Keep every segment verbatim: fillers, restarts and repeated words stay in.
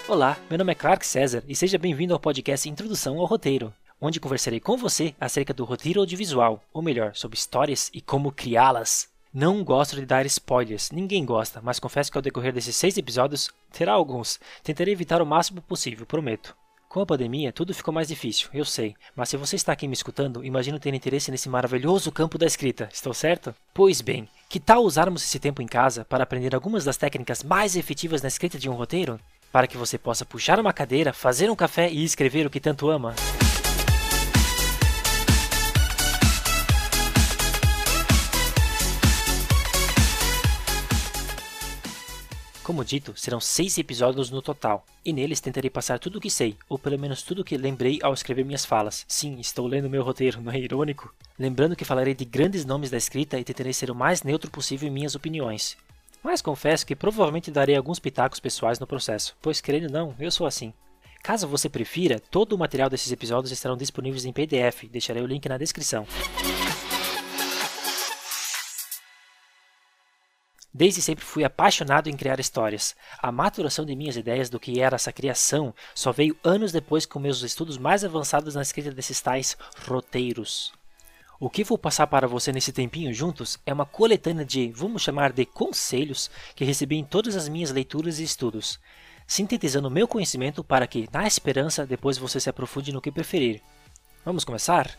Olá, meu nome é Clark César e seja bem-vindo ao podcast Introdução ao Roteiro, onde conversarei com você acerca do roteiro audiovisual, ou melhor, sobre histórias e como criá-las. Não gosto de dar spoilers, ninguém gosta, mas confesso que ao decorrer desses seis episódios, terá alguns. Tentarei evitar o máximo possível, prometo. Com a pandemia, tudo ficou mais difícil, eu sei, mas se você está aqui me escutando, imagino ter interesse nesse maravilhoso campo da escrita, estou certo? Pois bem, que tal usarmos esse tempo em casa para aprender algumas das técnicas mais efetivas na escrita de um roteiro? Para que você possa puxar uma cadeira, fazer um café e escrever o que tanto ama. Como dito, serão seis episódios no total, e neles tentarei passar tudo o que sei, ou pelo menos tudo o que lembrei ao escrever minhas falas. Sim, estou lendo meu roteiro, não é irônico? Lembrando que falarei de grandes nomes da escrita e tentarei ser o mais neutro possível em minhas opiniões. Mas confesso que provavelmente darei alguns pitacos pessoais no processo, pois querendo ou não, eu sou assim. Caso você prefira, todo o material desses episódios estarão disponíveis em P D F, deixarei o link na descrição. Desde sempre fui apaixonado em criar histórias. A maturação de minhas ideias do que era essa criação só veio anos depois com meus estudos mais avançados na escrita desses tais roteiros. O que vou passar para você nesse tempinho juntos é uma coletânea de, vamos chamar de conselhos, que recebi em todas as minhas leituras e estudos, sintetizando meu conhecimento para que, na esperança, depois você se aprofunde no que preferir. Vamos começar?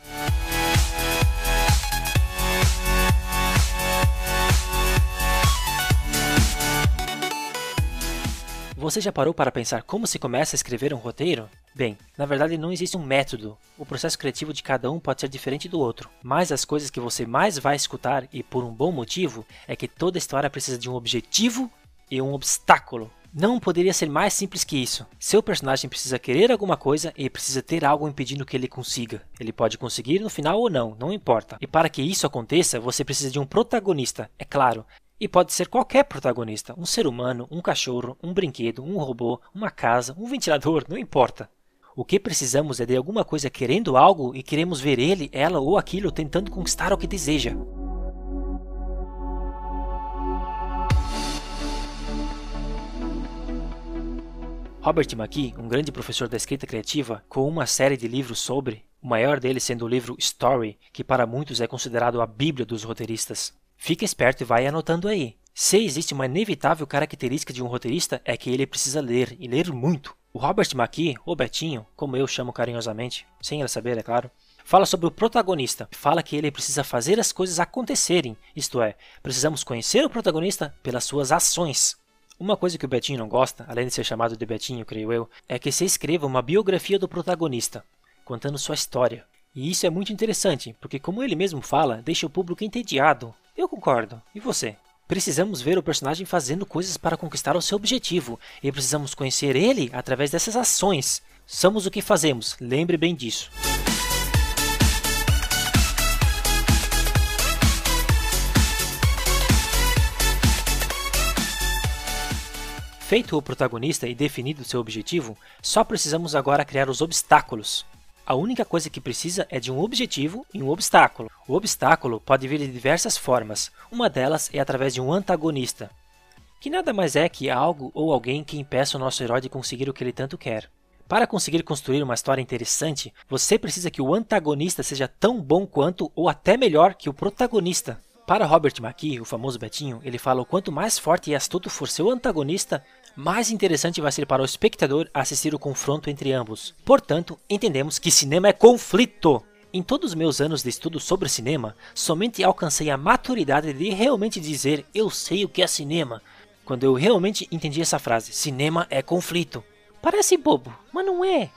Você já parou para pensar como se começa a escrever um roteiro? Bem, na verdade não existe um método. O processo criativo de cada um pode ser diferente do outro. Mas as coisas que você mais vai escutar, e por um bom motivo, é que toda história precisa de um objetivo e um obstáculo. Não poderia ser mais simples que isso. Seu personagem precisa querer alguma coisa e precisa ter algo impedindo que ele consiga. Ele pode conseguir no final ou não, não importa. E para que isso aconteça, você precisa de um protagonista, é claro. E pode ser qualquer protagonista, um ser humano, um cachorro, um brinquedo, um robô, uma casa, um ventilador, não importa. O que precisamos é de alguma coisa querendo algo e queremos ver ele, ela ou aquilo tentando conquistar o que deseja. Robert McKee, um grande professor da escrita criativa, com uma série de livros sobre, o maior deles sendo o livro Story, que para muitos é considerado a bíblia dos roteiristas. Fique esperto e vai anotando aí. Se existe uma inevitável característica de um roteirista é que ele precisa ler, e ler muito. O Robert McKee, ou Betinho, como eu chamo carinhosamente, sem ela saber, é claro, fala sobre o protagonista. Fala que ele precisa fazer as coisas acontecerem, isto é, precisamos conhecer o protagonista pelas suas ações. Uma coisa que o Betinho não gosta, além de ser chamado de Betinho, creio eu, é que se escreva uma biografia do protagonista, contando sua história. E isso é muito interessante, porque como ele mesmo fala, deixa o público entediado. Eu concordo. E você? Precisamos ver o personagem fazendo coisas para conquistar o seu objetivo, e precisamos conhecer ele através dessas ações. Somos o que fazemos, lembre bem disso. Feito o protagonista e definido seu objetivo, só precisamos agora criar os obstáculos. A única coisa que precisa é de um objetivo e um obstáculo. O obstáculo pode vir de diversas formas, uma delas é através de um antagonista, que nada mais é que algo ou alguém que impeça o nosso herói de conseguir o que ele tanto quer. Para conseguir construir uma história interessante, você precisa que o antagonista seja tão bom quanto ou até melhor que o protagonista. Para Robert McKee, o famoso Betinho, ele fala o quanto mais forte e astuto for seu antagonista, mais interessante vai ser para o espectador assistir o confronto entre ambos. Portanto, entendemos que cinema é conflito. Em todos os meus anos de estudo sobre cinema, somente alcancei a maturidade de realmente dizer eu sei o que é cinema, quando eu realmente entendi essa frase, cinema é conflito. Parece bobo, mas não é.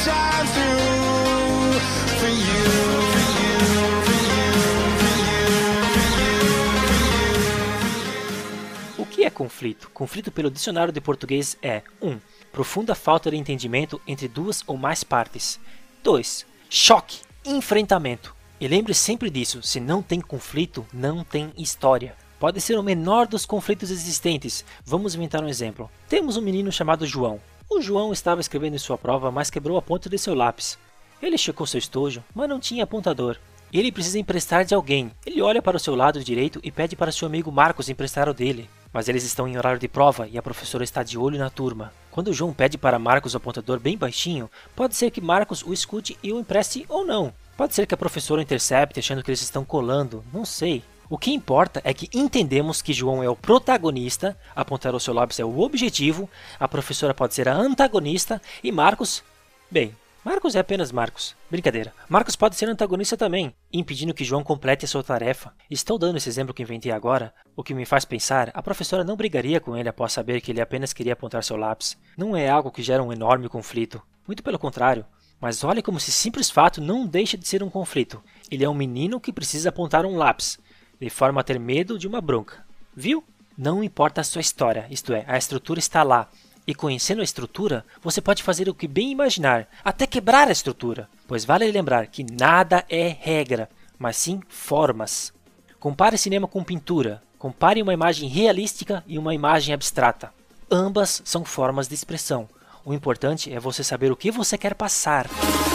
O que é conflito? Conflito pelo dicionário de português é um. Profunda falta de entendimento entre duas ou mais partes. dois. Choque, enfrentamento. E lembre sempre disso, se não tem conflito, não tem história. Pode ser o menor dos conflitos existentes. Vamos inventar um exemplo. Temos um menino chamado João. O João estava escrevendo em sua prova, mas quebrou a ponta de seu lápis. Ele checou seu estojo, mas não tinha apontador. Ele precisa emprestar de alguém. Ele olha para o seu lado direito e pede para seu amigo Marcos emprestar o dele. mas eles estão em horário de prova e a professora está de olho na turma. Quando João pede para Marcos o apontador bem baixinho, pode ser que Marcos o escute e o empreste ou não. Pode ser que a professora intercepte achando que eles estão colando, não sei. O que importa é que entendemos que João é o protagonista, apontar o seu lápis é o objetivo, a professora pode ser a antagonista e Marcos, bem, Marcos é apenas Marcos. Brincadeira. Marcos pode ser antagonista também, impedindo que João complete a sua tarefa. Estou dando esse exemplo que inventei agora, o que me faz pensar, a professora não brigaria com ele após saber que ele apenas queria apontar seu lápis. Não é algo que gera um enorme conflito. Muito pelo contrário. Mas olha como esse simples fato não deixa de ser um conflito. Ele é um menino que precisa apontar um lápis, de forma a ter medo de uma bronca. Viu? Não importa a sua história, isto é, a estrutura está lá. E conhecendo a estrutura, você pode fazer o que bem imaginar, até quebrar a estrutura. Pois vale lembrar que nada é regra, mas sim formas. Compare cinema com pintura. Compare uma imagem realística e uma imagem abstrata. Ambas são formas de expressão. O importante é você saber o que você quer passar.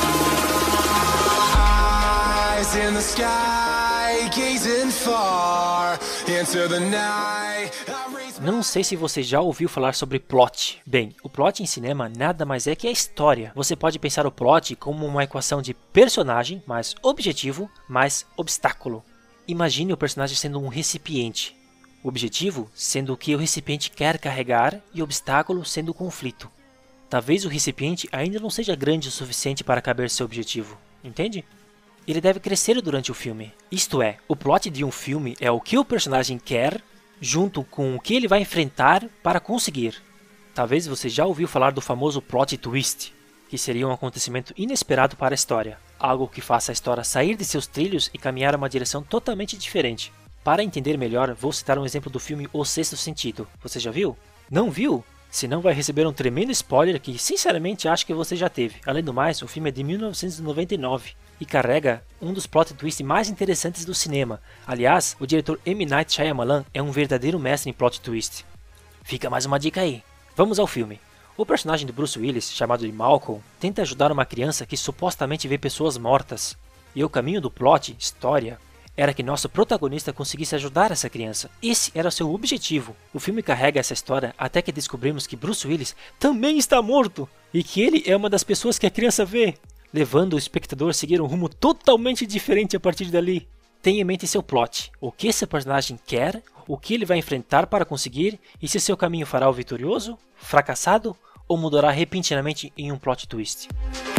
Eyes in the sky, gazing far into the night. Não sei se você já ouviu falar sobre plot. Bem, o plot em cinema nada mais é que a história. Você pode pensar o plot como uma equação de personagem mais objetivo mais obstáculo. Imagine o personagem sendo um recipiente. O objetivo sendo o que o recipiente quer carregar e o obstáculo sendo o conflito. Talvez o recipiente ainda não seja grande o suficiente para caber seu objetivo, entende? Ele deve crescer durante o filme. Isto é, o plot de um filme é o que o personagem quer, junto com o que ele vai enfrentar para conseguir. Talvez você já ouviu falar do famoso plot twist, que seria um acontecimento inesperado para a história. Algo que faça a história sair de seus trilhos e caminhar a uma direção totalmente diferente. Para entender melhor, vou citar um exemplo do filme O Sexto Sentido. Você já viu? Não viu? Senão vai receber um tremendo spoiler que sinceramente acho que você já teve. Além do mais, o filme é de mil novecentos e noventa e nove e carrega um dos plot twists mais interessantes do cinema. Aliás, o diretor M. Night Shyamalan é um verdadeiro mestre em plot twist. Fica mais uma dica aí. Vamos ao filme. O personagem de Bruce Willis, chamado de Malcolm, tenta ajudar uma criança que supostamente vê pessoas mortas. E o caminho do plot, história, era que nosso protagonista conseguisse ajudar essa criança. Esse era o seu objetivo. O filme carrega essa história até que descobrimos que Bruce Willis também está morto e que ele é uma das pessoas que a criança vê, levando o espectador a seguir um rumo totalmente diferente a partir dali. Tenha em mente seu plot, o que esse personagem quer, o que ele vai enfrentar para conseguir e se seu caminho fará o vitorioso, fracassado ou mudará repentinamente em um plot twist.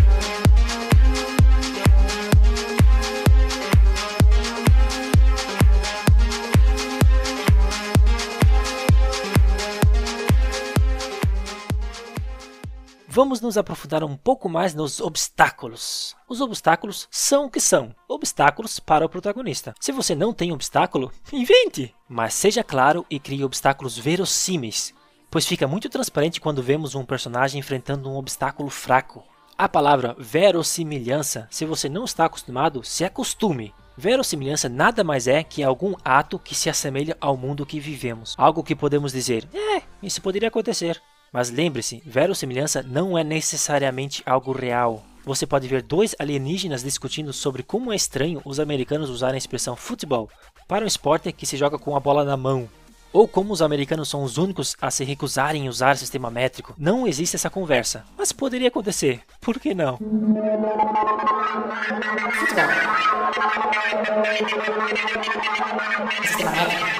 Vamos nos aprofundar um pouco mais nos obstáculos. Os obstáculos são o que são, obstáculos para o protagonista. Se você não tem obstáculo, invente! Mas seja claro e crie obstáculos verossímeis, pois fica muito transparente quando vemos um personagem enfrentando um obstáculo fraco. A palavra verossimilhança, se você não está acostumado, se acostume. Verossimilhança nada mais é que algum ato que se assemelha ao mundo que vivemos. Algo que podemos dizer, é, isso poderia acontecer. Mas lembre-se, verossimilhança não é necessariamente algo real. Você pode ver dois alienígenas discutindo sobre como é estranho os americanos usarem a expressão futebol para um esporte que se joga com a bola na mão. Ou como os americanos são os únicos a se recusarem a usar sistema métrico. Não existe essa conversa, mas poderia acontecer. Por que não? Futebol. Sistema métrico.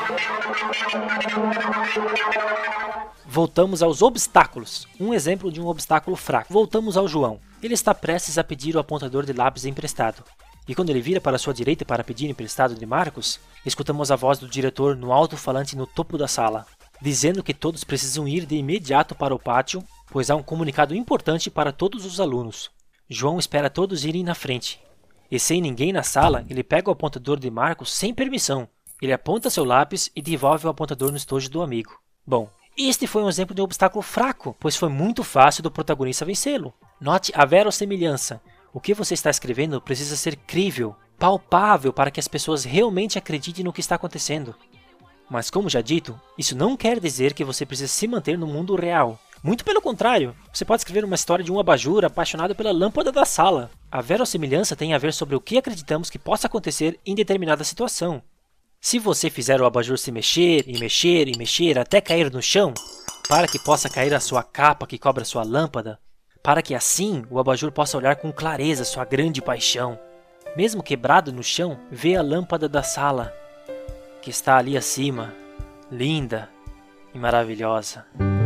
Voltamos aos obstáculos. Um exemplo de um obstáculo fraco. Voltamos ao João. Ele está prestes a pedir o apontador de lápis emprestado. E quando ele vira para sua direita para pedir emprestado de Marcos, escutamos a voz do diretor no alto-falante no topo da sala, dizendo que todos precisam ir de imediato para o pátio, pois há um comunicado importante para todos os alunos. João espera todos irem na frente. E sem ninguém na sala, ele pega o apontador de Marcos sem permissão. Ele aponta seu lápis e devolve o apontador no estojo do amigo. Bom, este foi um exemplo de um obstáculo fraco, pois foi muito fácil do protagonista vencê-lo. Note a verossimilhança. O que você está escrevendo precisa ser crível, palpável para que as pessoas realmente acreditem no que está acontecendo. Mas como já dito, isso não quer dizer que você precisa se manter no mundo real. Muito pelo contrário, você pode escrever uma história de um abajur apaixonado pela lâmpada da sala. A verossimilhança tem a ver sobre o que acreditamos que possa acontecer em determinada situação. Se você fizer o abajur se mexer e mexer e mexer até cair no chão, para que possa cair a sua capa que cobre a sua lâmpada, para que assim o abajur possa olhar com clareza sua grande paixão, mesmo quebrado no chão, vê a lâmpada da sala, que está ali acima, linda e maravilhosa.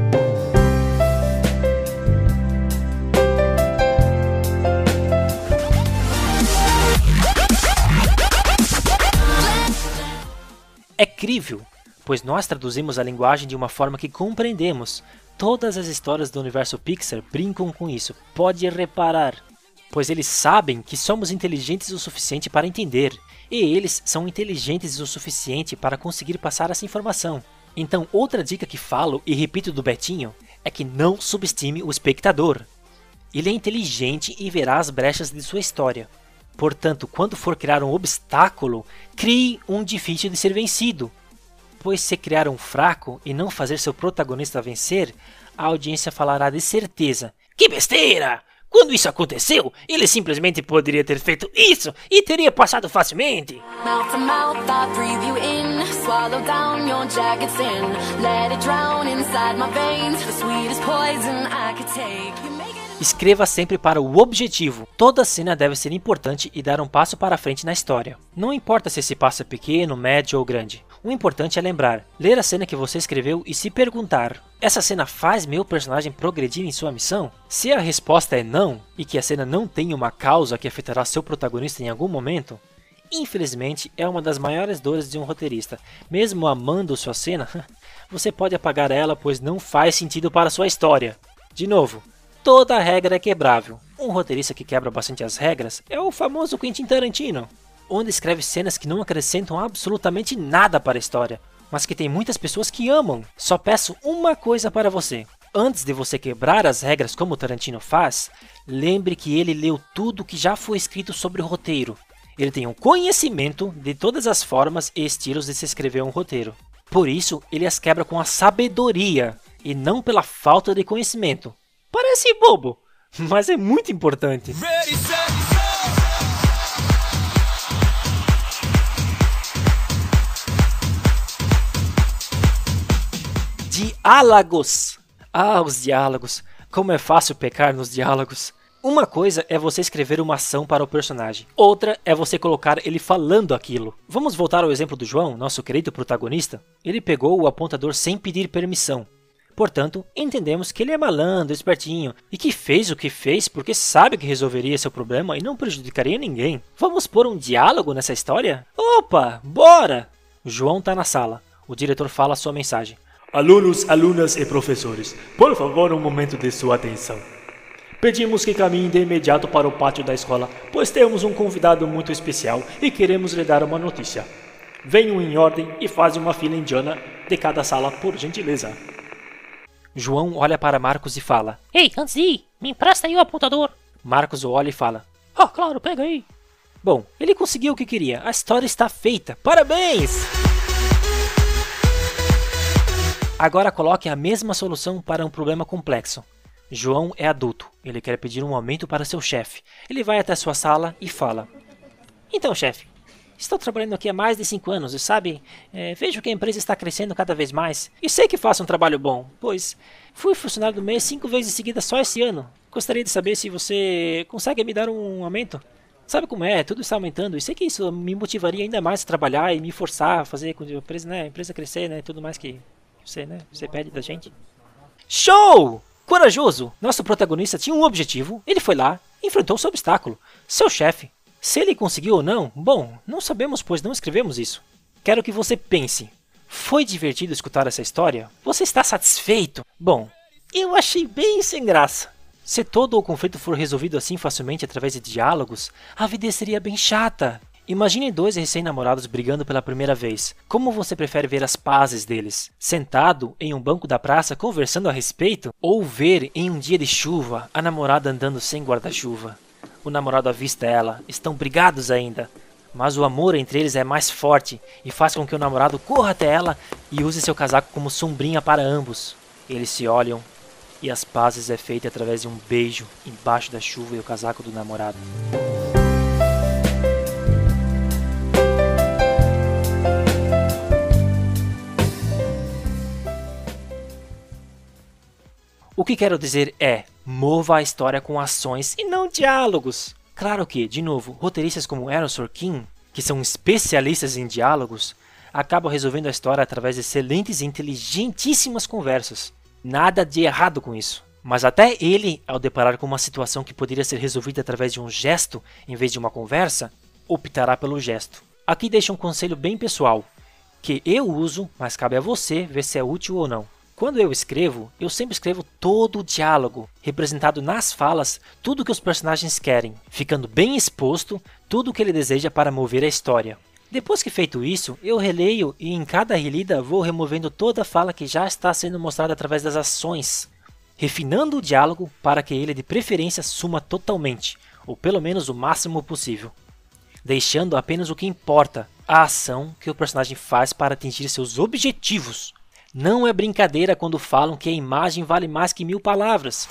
É crível, pois nós traduzimos a linguagem de uma forma que compreendemos. Todas as histórias do universo Pixar brincam com isso, pode reparar, pois eles sabem que somos inteligentes o suficiente para entender, e eles são inteligentes o suficiente para conseguir passar essa informação. Então, outra dica que falo e repito do Betinho é que não subestime o espectador. Ele é inteligente e verá as brechas de sua história. Portanto, quando for criar um obstáculo, crie um difícil de ser vencido. Pois se criar um fraco e não fazer seu protagonista vencer, a audiência falará de certeza: que besteira! Quando isso aconteceu, ele simplesmente poderia ter feito isso e teria passado facilmente. Mouth to mouth, I breathe you in, swallow down your jagged sin, let it drown inside my veins, the sweetest poison I could take. Escreva sempre para o objetivo. Toda cena deve ser importante e dar um passo para frente na história. Não importa se esse passo é pequeno, médio ou grande. O importante é lembrar, ler a cena que você escreveu e se perguntar: essa cena faz meu personagem progredir em sua missão? Se a resposta é não, e que a cena não tem uma causa que afetará seu protagonista em algum momento, infelizmente é uma das maiores dores de um roteirista. Mesmo amando sua cena, você pode apagar ela pois não faz sentido para sua história. De novo, toda regra é quebrável. Um roteirista que quebra bastante as regras é o famoso Quentin Tarantino, onde escreve cenas que não acrescentam absolutamente nada para a história, mas que tem muitas pessoas que amam. Só peço uma coisa para você. Antes de você quebrar as regras como Tarantino faz, lembre que ele leu tudo que já foi escrito sobre o roteiro. Ele tem um conhecimento de todas as formas e estilos de se escrever um roteiro. Por isso, ele as quebra com a sabedoria e não pela falta de conhecimento. Parece bobo, mas é muito importante. Ready, set, Diálogos. Ah, os diálogos. Como é fácil pecar nos diálogos. Uma coisa é você escrever uma ação para o personagem. Outra é você colocar ele falando aquilo. Vamos voltar ao exemplo do João, nosso querido protagonista. Ele pegou o apontador sem pedir permissão. Portanto, entendemos que ele é malandro, espertinho, e que fez o que fez porque sabe que resolveria seu problema e não prejudicaria ninguém. Vamos pôr um diálogo nessa história? Opa, bora! O João tá na sala. O diretor fala a sua mensagem. Alunos, alunas e professores, por favor, um momento de sua atenção. Pedimos que caminhem de imediato para o pátio da escola, pois temos um convidado muito especial e queremos lhe dar uma notícia. Venham em ordem e fazem uma fila indiana de cada sala, por gentileza. João olha para Marcos e fala: Ei, antes de ir, me empresta aí o apontador. Marcos olha e fala: Ah, claro, pega aí. Bom, ele conseguiu o que queria, a história está feita, parabéns! Agora coloque a mesma solução para um problema complexo. João é adulto, ele quer pedir um aumento para seu chefe. Ele vai até sua sala e fala: Então, chefe, estou trabalhando aqui há mais de cinco anos e sabe, é, vejo que a empresa está crescendo cada vez mais. E sei que faço um trabalho bom, pois fui funcionário do mês cinco vezes seguidas só esse ano. Gostaria de saber se você consegue me dar um aumento. Sabe como é, tudo está aumentando e sei que isso me motivaria ainda mais a trabalhar e me forçar a fazer com a empresa, né, a empresa crescer, né, tudo mais que você, né, você pede da gente. Show! Corajoso! Nosso protagonista tinha um objetivo, ele foi lá, enfrentou seu obstáculo, seu chefe. Se ele conseguiu ou não, bom, não sabemos pois não escrevemos isso. Quero que você pense. Foi divertido escutar essa história? Você está satisfeito? Bom, eu achei bem sem graça. Se todo o conflito for resolvido assim facilmente através de diálogos, a vida seria bem chata. Imagine dois recém-namorados brigando pela primeira vez. Como você prefere ver as pazes deles? Sentado em um banco da praça conversando a respeito? Ou ver em um dia de chuva a namorada andando sem guarda-chuva? O namorado avista ela, estão brigados ainda, mas o amor entre eles é mais forte e faz com que o namorado corra até ela e use seu casaco como sombrinha para ambos. Eles se olham e as pazes é feita através de um beijo embaixo da chuva e o casaco do namorado. O que quero dizer é, mova a história com ações e não diálogos. Claro que, de novo, roteiristas como Aaron Sorkin, que são especialistas em diálogos, acabam resolvendo a história através de excelentes e inteligentíssimas conversas. Nada de errado com isso. Mas até ele, ao deparar com uma situação que poderia ser resolvida através de um gesto em vez de uma conversa, optará pelo gesto. Aqui deixo um conselho bem pessoal, que eu uso, mas cabe a você ver se é útil ou não. Quando eu escrevo, eu sempre escrevo todo o diálogo, representado nas falas tudo o que os personagens querem, ficando bem exposto tudo o que ele deseja para mover a história. Depois que feito isso, eu releio e em cada relida vou removendo toda a fala que já está sendo mostrada através das ações, refinando o diálogo para que ele de preferência suma totalmente, ou pelo menos o máximo possível, deixando apenas o que importa, a ação que o personagem faz para atingir seus objetivos. Não é brincadeira quando falam que a imagem vale mais que mil palavras.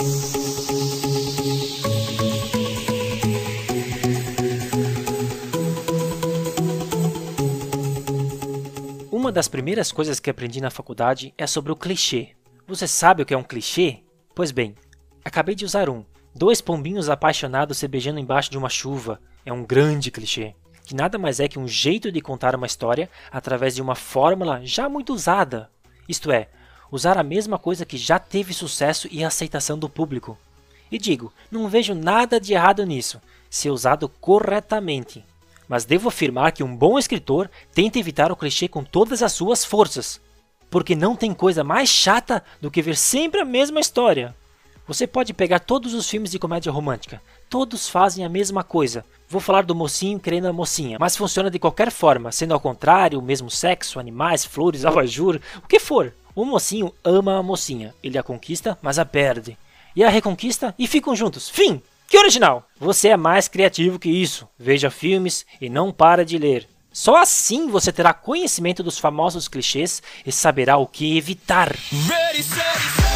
Uma das primeiras coisas que aprendi na faculdade é sobre o clichê. Você sabe o que é um clichê? Pois bem, acabei de usar um. Dois pombinhos apaixonados se beijando embaixo de uma chuva. É um grande clichê, que nada mais é que um jeito de contar uma história através de uma fórmula já muito usada. Isto é, usar a mesma coisa que já teve sucesso e aceitação do público. E digo, não vejo nada de errado nisso, se usado corretamente. Mas devo afirmar que um bom escritor tenta evitar o clichê com todas as suas forças. Porque não tem coisa mais chata do que ver sempre a mesma história. Você pode pegar todos os filmes de comédia romântica. Todos fazem a mesma coisa. Vou falar do mocinho querendo a mocinha, mas funciona de qualquer forma, sendo ao contrário, o mesmo sexo, animais, flores, abajur, o que for. O mocinho ama a mocinha. Ele a conquista, mas a perde. E a reconquista e ficam juntos. Fim! Que original! Você é mais criativo que isso. Veja filmes e não para de ler. Só assim você terá conhecimento dos famosos clichês e saberá o que evitar. Ready, set, set.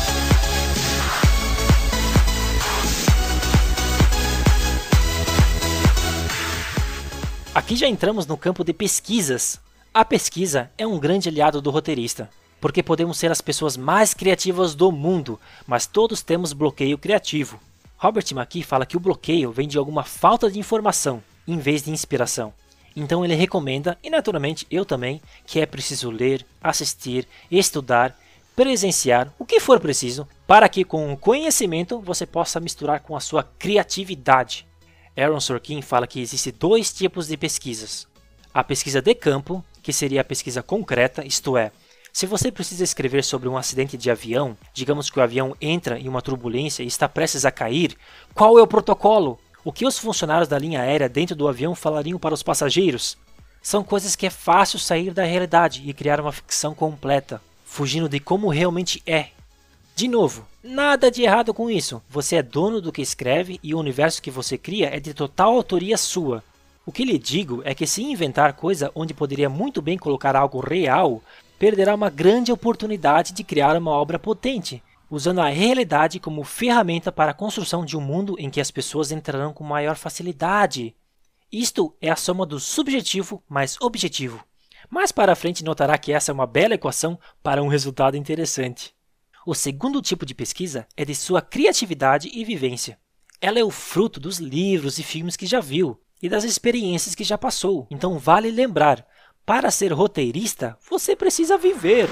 Aqui já entramos no campo de pesquisas. A pesquisa é um grande aliado do roteirista, porque podemos ser as pessoas mais criativas do mundo, mas todos temos bloqueio criativo. Robert McKee fala que o bloqueio vem de alguma falta de informação, em vez de inspiração. Então ele recomenda, e naturalmente eu também, que é preciso ler, assistir, estudar, presenciar, o que for preciso, para que com o conhecimento você possa misturar com a sua criatividade. Aaron Sorkin fala que existem dois tipos de pesquisas. A pesquisa de campo, que seria a pesquisa concreta, isto é, se você precisa escrever sobre um acidente de avião, digamos que o avião entra em uma turbulência e está prestes a cair, qual é o protocolo? O que os funcionários da linha aérea dentro do avião falariam para os passageiros? São coisas que é fácil sair da realidade e criar uma ficção completa, fugindo de como realmente é. De novo, nada de errado com isso. Você é dono do que escreve e o universo que você cria é de total autoria sua. O que lhe digo é que se inventar coisa onde poderia muito bem colocar algo real, perderá uma grande oportunidade de criar uma obra potente, usando a realidade como ferramenta para a construção de um mundo em que as pessoas entrarão com maior facilidade. Isto é a soma do subjetivo mais objetivo. Mais para frente notará que essa é uma bela equação para um resultado interessante. O segundo tipo de pesquisa é de sua criatividade e vivência. Ela é o fruto dos livros e filmes que já viu e das experiências que já passou. Então vale lembrar, para ser roteirista, você precisa viver.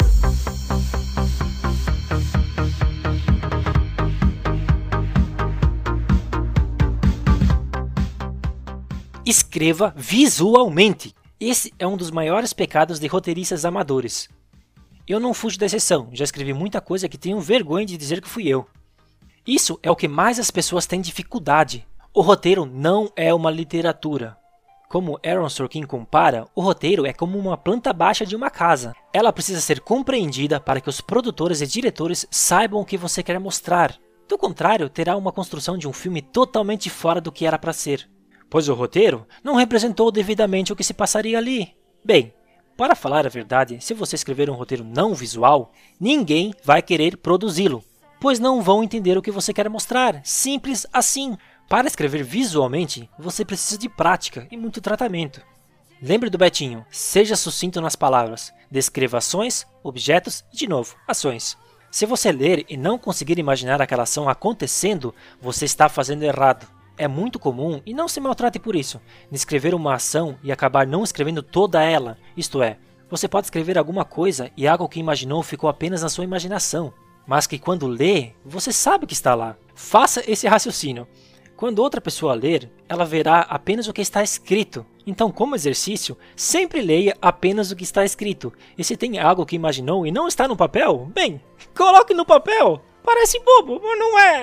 Escreva visualmente. Esse é um dos maiores pecados de roteiristas amadores. Eu não fujo da exceção, já escrevi muita coisa que tenho vergonha de dizer que fui eu. Isso é o que mais as pessoas têm dificuldade. O roteiro não é uma literatura. Como Aaron Sorkin compara, o roteiro é como uma planta baixa de uma casa. Ela precisa ser compreendida para que os produtores e diretores saibam o que você quer mostrar. Do contrário, terá uma construção de um filme totalmente fora do que era para ser. Pois o roteiro não representou devidamente o que se passaria ali. Bem, para falar a verdade, se você escrever um roteiro não visual, ninguém vai querer produzi-lo, pois não vão entender o que você quer mostrar. Simples assim. Para escrever visualmente, você precisa de prática e muito tratamento. Lembre do Betinho, seja sucinto nas palavras, descreva ações, objetos e, de novo, ações. Se você ler e não conseguir imaginar aquela ação acontecendo, você está fazendo errado. É muito comum, e não se maltrate por isso, descrever uma ação e acabar não escrevendo toda ela, isto é, você pode escrever alguma coisa e algo que imaginou ficou apenas na sua imaginação, mas que quando lê, você sabe que está lá. Faça esse raciocínio. Quando outra pessoa ler, ela verá apenas o que está escrito. Então, como exercício, sempre leia apenas o que está escrito. E se tem algo que imaginou e não está no papel, bem, coloque no papel. Parece bobo, mas não é.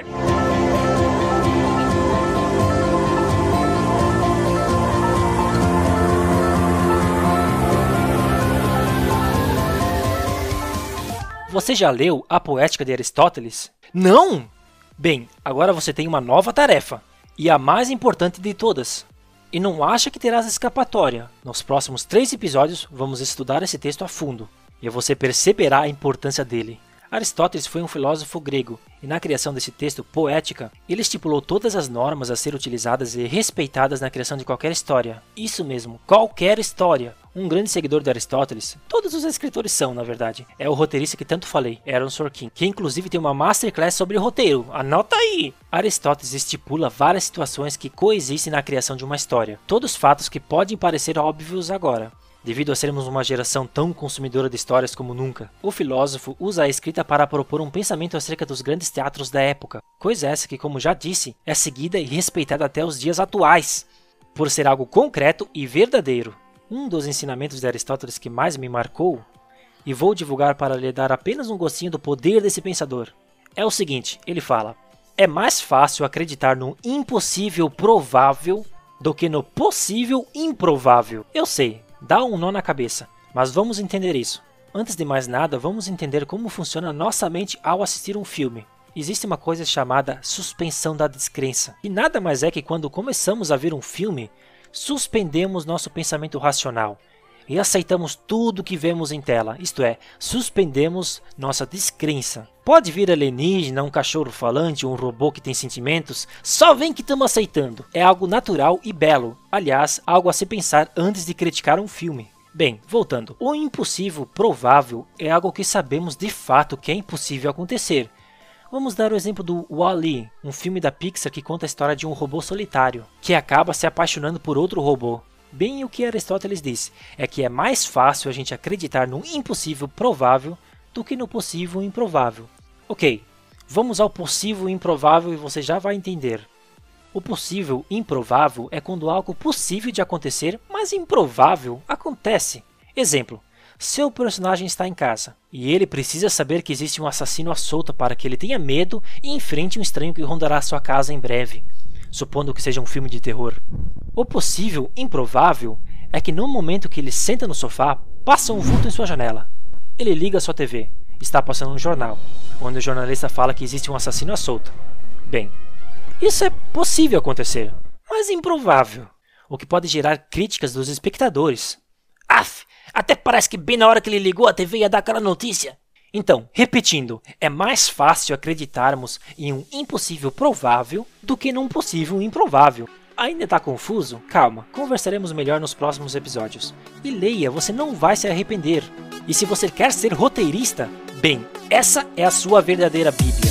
Você já leu A Poética de Aristóteles? Não? Bem, agora você tem uma nova tarefa, e a mais importante de todas. E não acha que terás escapatória. Nos próximos três episódios vamos estudar esse texto a fundo, e você perceberá a importância dele. Aristóteles foi um filósofo grego, e na criação desse texto, Poética, ele estipulou todas as normas a ser utilizadas e respeitadas na criação de qualquer história. Isso mesmo, qualquer história. Um grande seguidor de Aristóteles, todos os escritores são, na verdade, é o roteirista que tanto falei, Aaron Sorkin, que inclusive tem uma masterclass sobre roteiro, anota aí! Aristóteles estipula várias situações que coexistem na criação de uma história, todos fatos que podem parecer óbvios agora. Devido a sermos uma geração tão consumidora de histórias como nunca, o filósofo usa a escrita para propor um pensamento acerca dos grandes teatros da época, coisa essa que, como já disse, é seguida e respeitada até os dias atuais, por ser algo concreto e verdadeiro. Um dos ensinamentos de Aristóteles que mais me marcou, e vou divulgar para lhe dar apenas um gostinho do poder desse pensador, é o seguinte, ele fala: é mais fácil acreditar no impossível provável do que no possível improvável. Eu sei, dá um nó na cabeça, mas vamos entender isso. Antes de mais nada, vamos entender como funciona nossa mente ao assistir um filme. Existe uma coisa chamada suspensão da descrença, e nada mais é que quando começamos a ver um filme, suspendemos nosso pensamento racional e aceitamos tudo que vemos em tela, isto é, suspendemos nossa descrença. Pode vir alienígena, um cachorro falante, um robô que tem sentimentos, só vem que estamos aceitando. É algo natural e belo, aliás, algo a se pensar antes de criticar um filme. Bem, voltando, o impossível provável é algo que sabemos de fato que é impossível acontecer. Vamos dar o exemplo do Wall-E, um filme da Pixar que conta a história de um robô solitário, que acaba se apaixonando por outro robô. Bem, o que Aristóteles diz é que é mais fácil a gente acreditar no impossível provável do que no possível improvável. Ok, vamos ao possível improvável e você já vai entender. O possível improvável é quando algo possível de acontecer, mas improvável acontece. Exemplo. Seu personagem está em casa, e ele precisa saber que existe um assassino à solta para que ele tenha medo e enfrente um estranho que rondará sua casa em breve, supondo que seja um filme de terror. O possível improvável é que no momento que ele senta no sofá, passa um vulto em sua janela. Ele liga a sua T V, está passando um jornal, onde o jornalista fala que existe um assassino à solta. Bem, isso é possível acontecer, mas improvável, o que pode gerar críticas dos espectadores. Aff! Até parece que bem na hora que ele ligou a T V ia dar aquela notícia. Então, repetindo, é mais fácil acreditarmos em um impossível provável do que num possível improvável. Ainda está confuso? Calma, conversaremos melhor nos próximos episódios. E leia, você não vai se arrepender. E se você quer ser roteirista, bem, essa é a sua verdadeira Bíblia.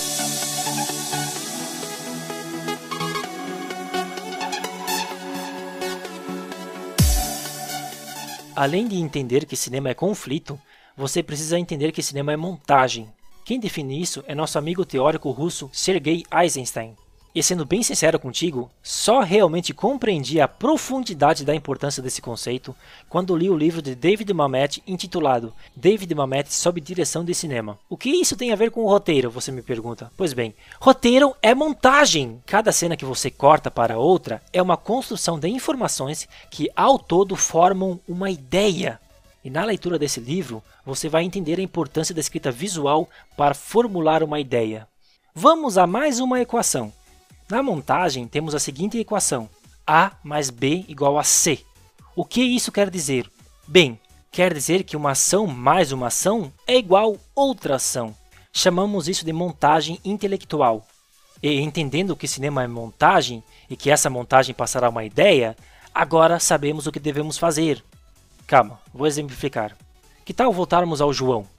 Além de entender que cinema é conflito, você precisa entender que cinema é montagem. Quem define isso é nosso amigo teórico russo Sergei Eisenstein. E sendo bem sincero contigo, só realmente compreendi a profundidade da importância desse conceito quando li o livro de David Mamet intitulado David Mamet sob direção de cinema. O que isso tem a ver com o roteiro, você me pergunta? Pois bem, roteiro é montagem! Cada cena que você corta para outra é uma construção de informações que ao todo formam uma ideia. E na leitura desse livro, você vai entender a importância da escrita visual para formular uma ideia. Vamos a mais uma equação. Na montagem, temos a seguinte equação: A mais B igual a C. O que isso quer dizer? Bem, quer dizer que uma ação mais uma ação é igual outra ação. Chamamos isso de montagem intelectual. E entendendo que cinema é montagem e que essa montagem passará uma ideia, agora sabemos o que devemos fazer. Calma, vou exemplificar. Que tal voltarmos ao João?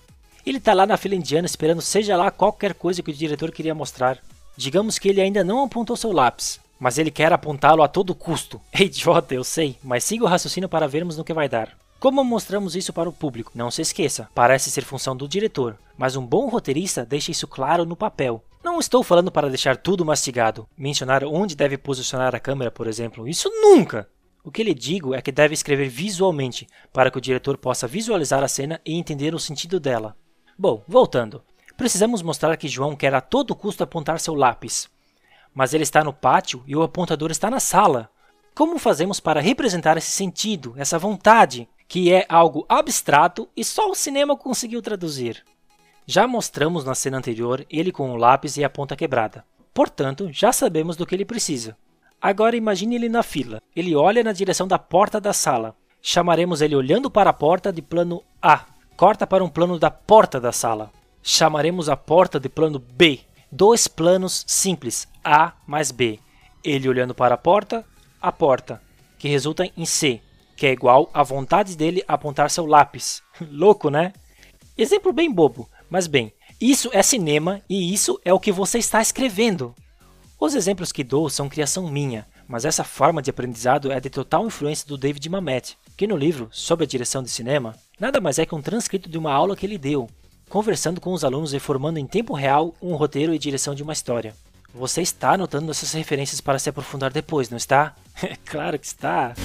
Ele tá lá na fila indiana esperando seja lá qualquer coisa que o diretor queria mostrar. Digamos que ele ainda não apontou seu lápis, mas ele quer apontá-lo a todo custo. É idiota, eu sei, mas siga o raciocínio para vermos no que vai dar. Como mostramos isso para o público? Não se esqueça, parece ser função do diretor, mas um bom roteirista deixa isso claro no papel. Não estou falando para deixar tudo mastigado, mencionar onde deve posicionar a câmera, por exemplo, isso nunca! O que lhe digo é que deve escrever visualmente, para que o diretor possa visualizar a cena e entender o sentido dela. Bom, voltando. Precisamos mostrar que João quer a todo custo apontar seu lápis. Mas ele está no pátio e o apontador está na sala. Como fazemos para representar esse sentido, essa vontade, que é algo abstrato e só o cinema conseguiu traduzir? Já mostramos na cena anterior ele com o lápis e a ponta quebrada. Portanto, já sabemos do que ele precisa. Agora imagine ele na fila. Ele olha na direção da porta da sala. Chamaremos ele olhando para a porta de plano A. Corta para um plano da porta da sala. Chamaremos a porta de plano B. Dois planos simples, A mais B. Ele olhando para a porta, a porta, que resulta em C, que é igual à vontade dele apontar seu lápis. Louco, né? Exemplo bem bobo, mas bem, isso é cinema e isso é o que você está escrevendo. Os exemplos que dou são criação minha, mas essa forma de aprendizado é de total influência do David Mamet, que no livro, Sobre a Direção de Cinema, nada mais é que um transcrito de uma aula que ele deu, conversando com os alunos e formando em tempo real um roteiro e direção de uma história. Você está anotando essas referências para se aprofundar depois, não está? É claro que está!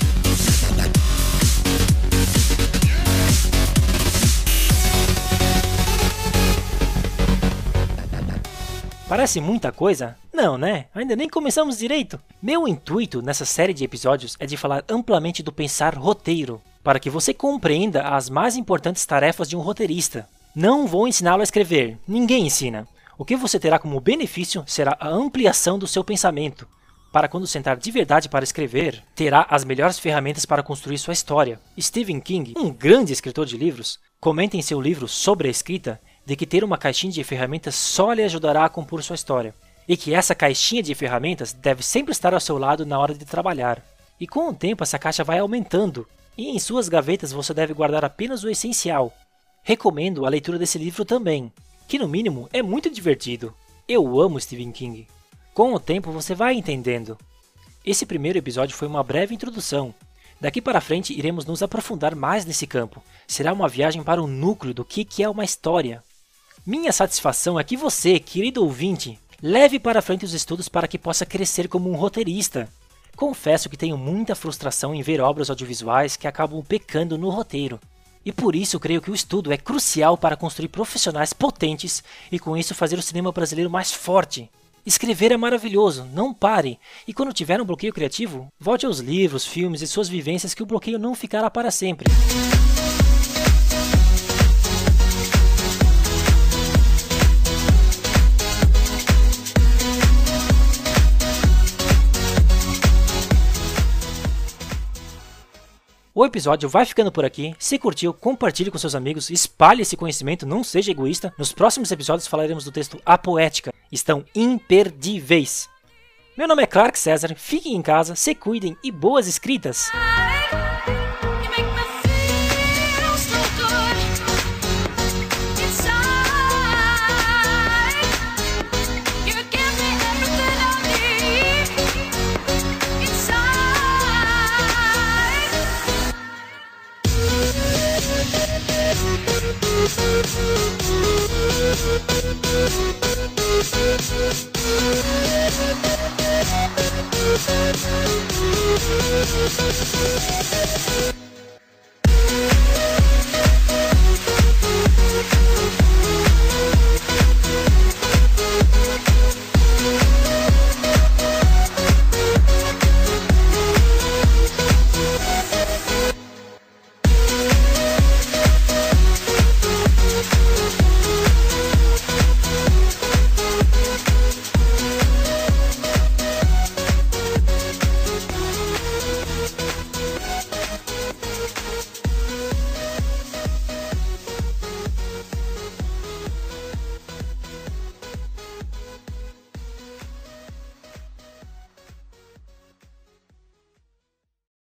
Parece muita coisa? Não, né? Ainda nem começamos direito. Meu intuito nessa série de episódios é de falar amplamente do pensar roteiro, para que você compreenda as mais importantes tarefas de um roteirista. Não vou ensiná-lo a escrever, ninguém ensina. O que você terá como benefício será a ampliação do seu pensamento. Para quando sentar de verdade para escrever, terá as melhores ferramentas para construir sua história. Stephen King, um grande escritor de livros, comenta em seu livro Sobre a Escrita de que ter uma caixinha de ferramentas só lhe ajudará a compor sua história, e que essa caixinha de ferramentas deve sempre estar ao seu lado na hora de trabalhar. E com o tempo essa caixa vai aumentando, e em suas gavetas você deve guardar apenas o essencial. Recomendo a leitura desse livro também, que no mínimo é muito divertido. Eu amo Stephen King. Com o tempo você vai entendendo. Esse primeiro episódio foi uma breve introdução. Daqui para frente iremos nos aprofundar mais nesse campo. Será uma viagem para o núcleo do que é uma história. Minha satisfação é que você, querido ouvinte, leve para frente os estudos para que possa crescer como um roteirista. Confesso que tenho muita frustração em ver obras audiovisuais que acabam pecando no roteiro. E por isso creio que o estudo é crucial para construir profissionais potentes e com isso fazer o cinema brasileiro mais forte. Escrever é maravilhoso, não pare. E quando tiver um bloqueio criativo, volte aos livros, filmes e suas vivências que o bloqueio não ficará para sempre. O episódio vai ficando por aqui. Se curtiu, compartilhe com seus amigos, espalhe esse conhecimento, não seja egoísta. Nos próximos episódios falaremos do texto A Poética. Estão imperdíveis. Meu nome é Clark César, fiquem em casa, se cuidem e boas escritas! We'll be right back.